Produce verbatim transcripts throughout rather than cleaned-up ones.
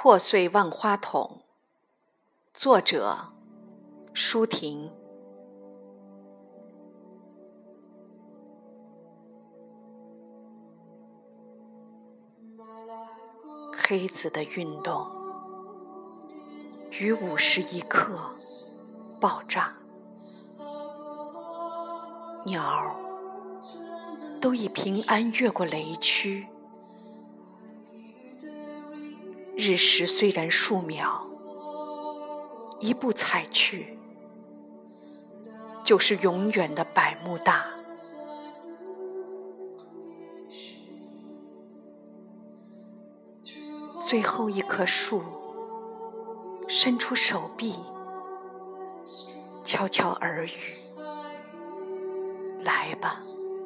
破碎万花筒，作者舒婷。黑子的运动于五时一刻爆炸，鸟儿都已平安越过雷区。日食虽然数秒，一步踩去，就是永远的百慕大。最后一棵树伸出手臂，悄悄耳语：来吧。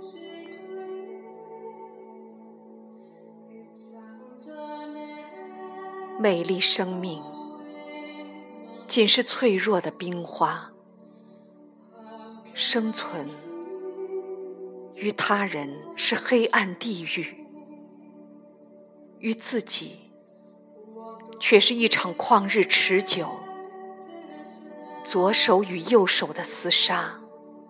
美丽生命仅是脆弱的冰花，生存于他人是黑暗地狱，于自己却是一场旷日持久，左手与右手的厮杀。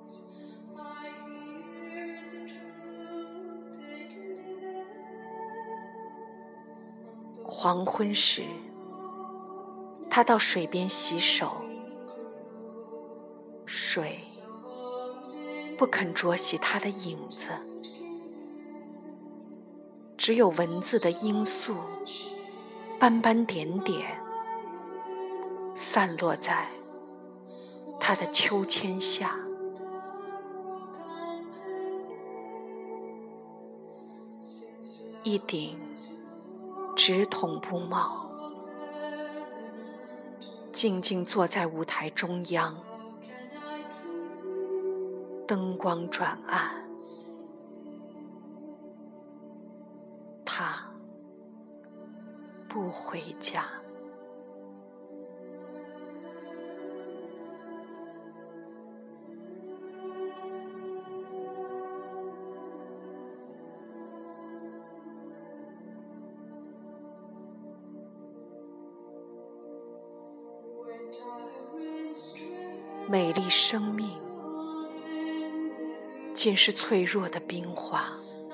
黄昏时，他到水边洗手，水不肯濯洗他的影子，只有文字的罂粟斑斑点点散落在他的秋千下。一顶直筒布帽，静静坐在舞台中央，灯光转暗，他不回家。美丽生命仅是脆弱的冰花，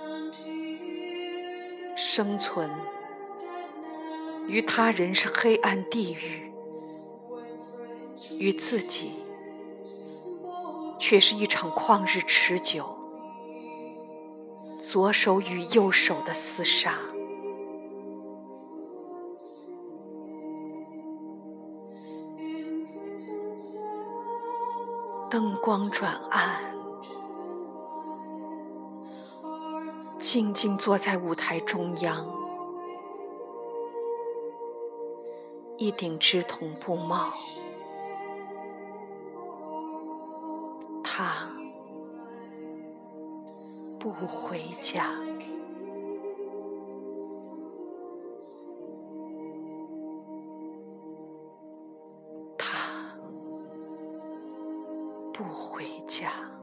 生存于他人是黑暗地狱，于自己却是一场旷日持久，左手与右手的厮杀。灯光转暗，静静坐在舞台中央，一顶直筒布帽，他不回家。他不回家。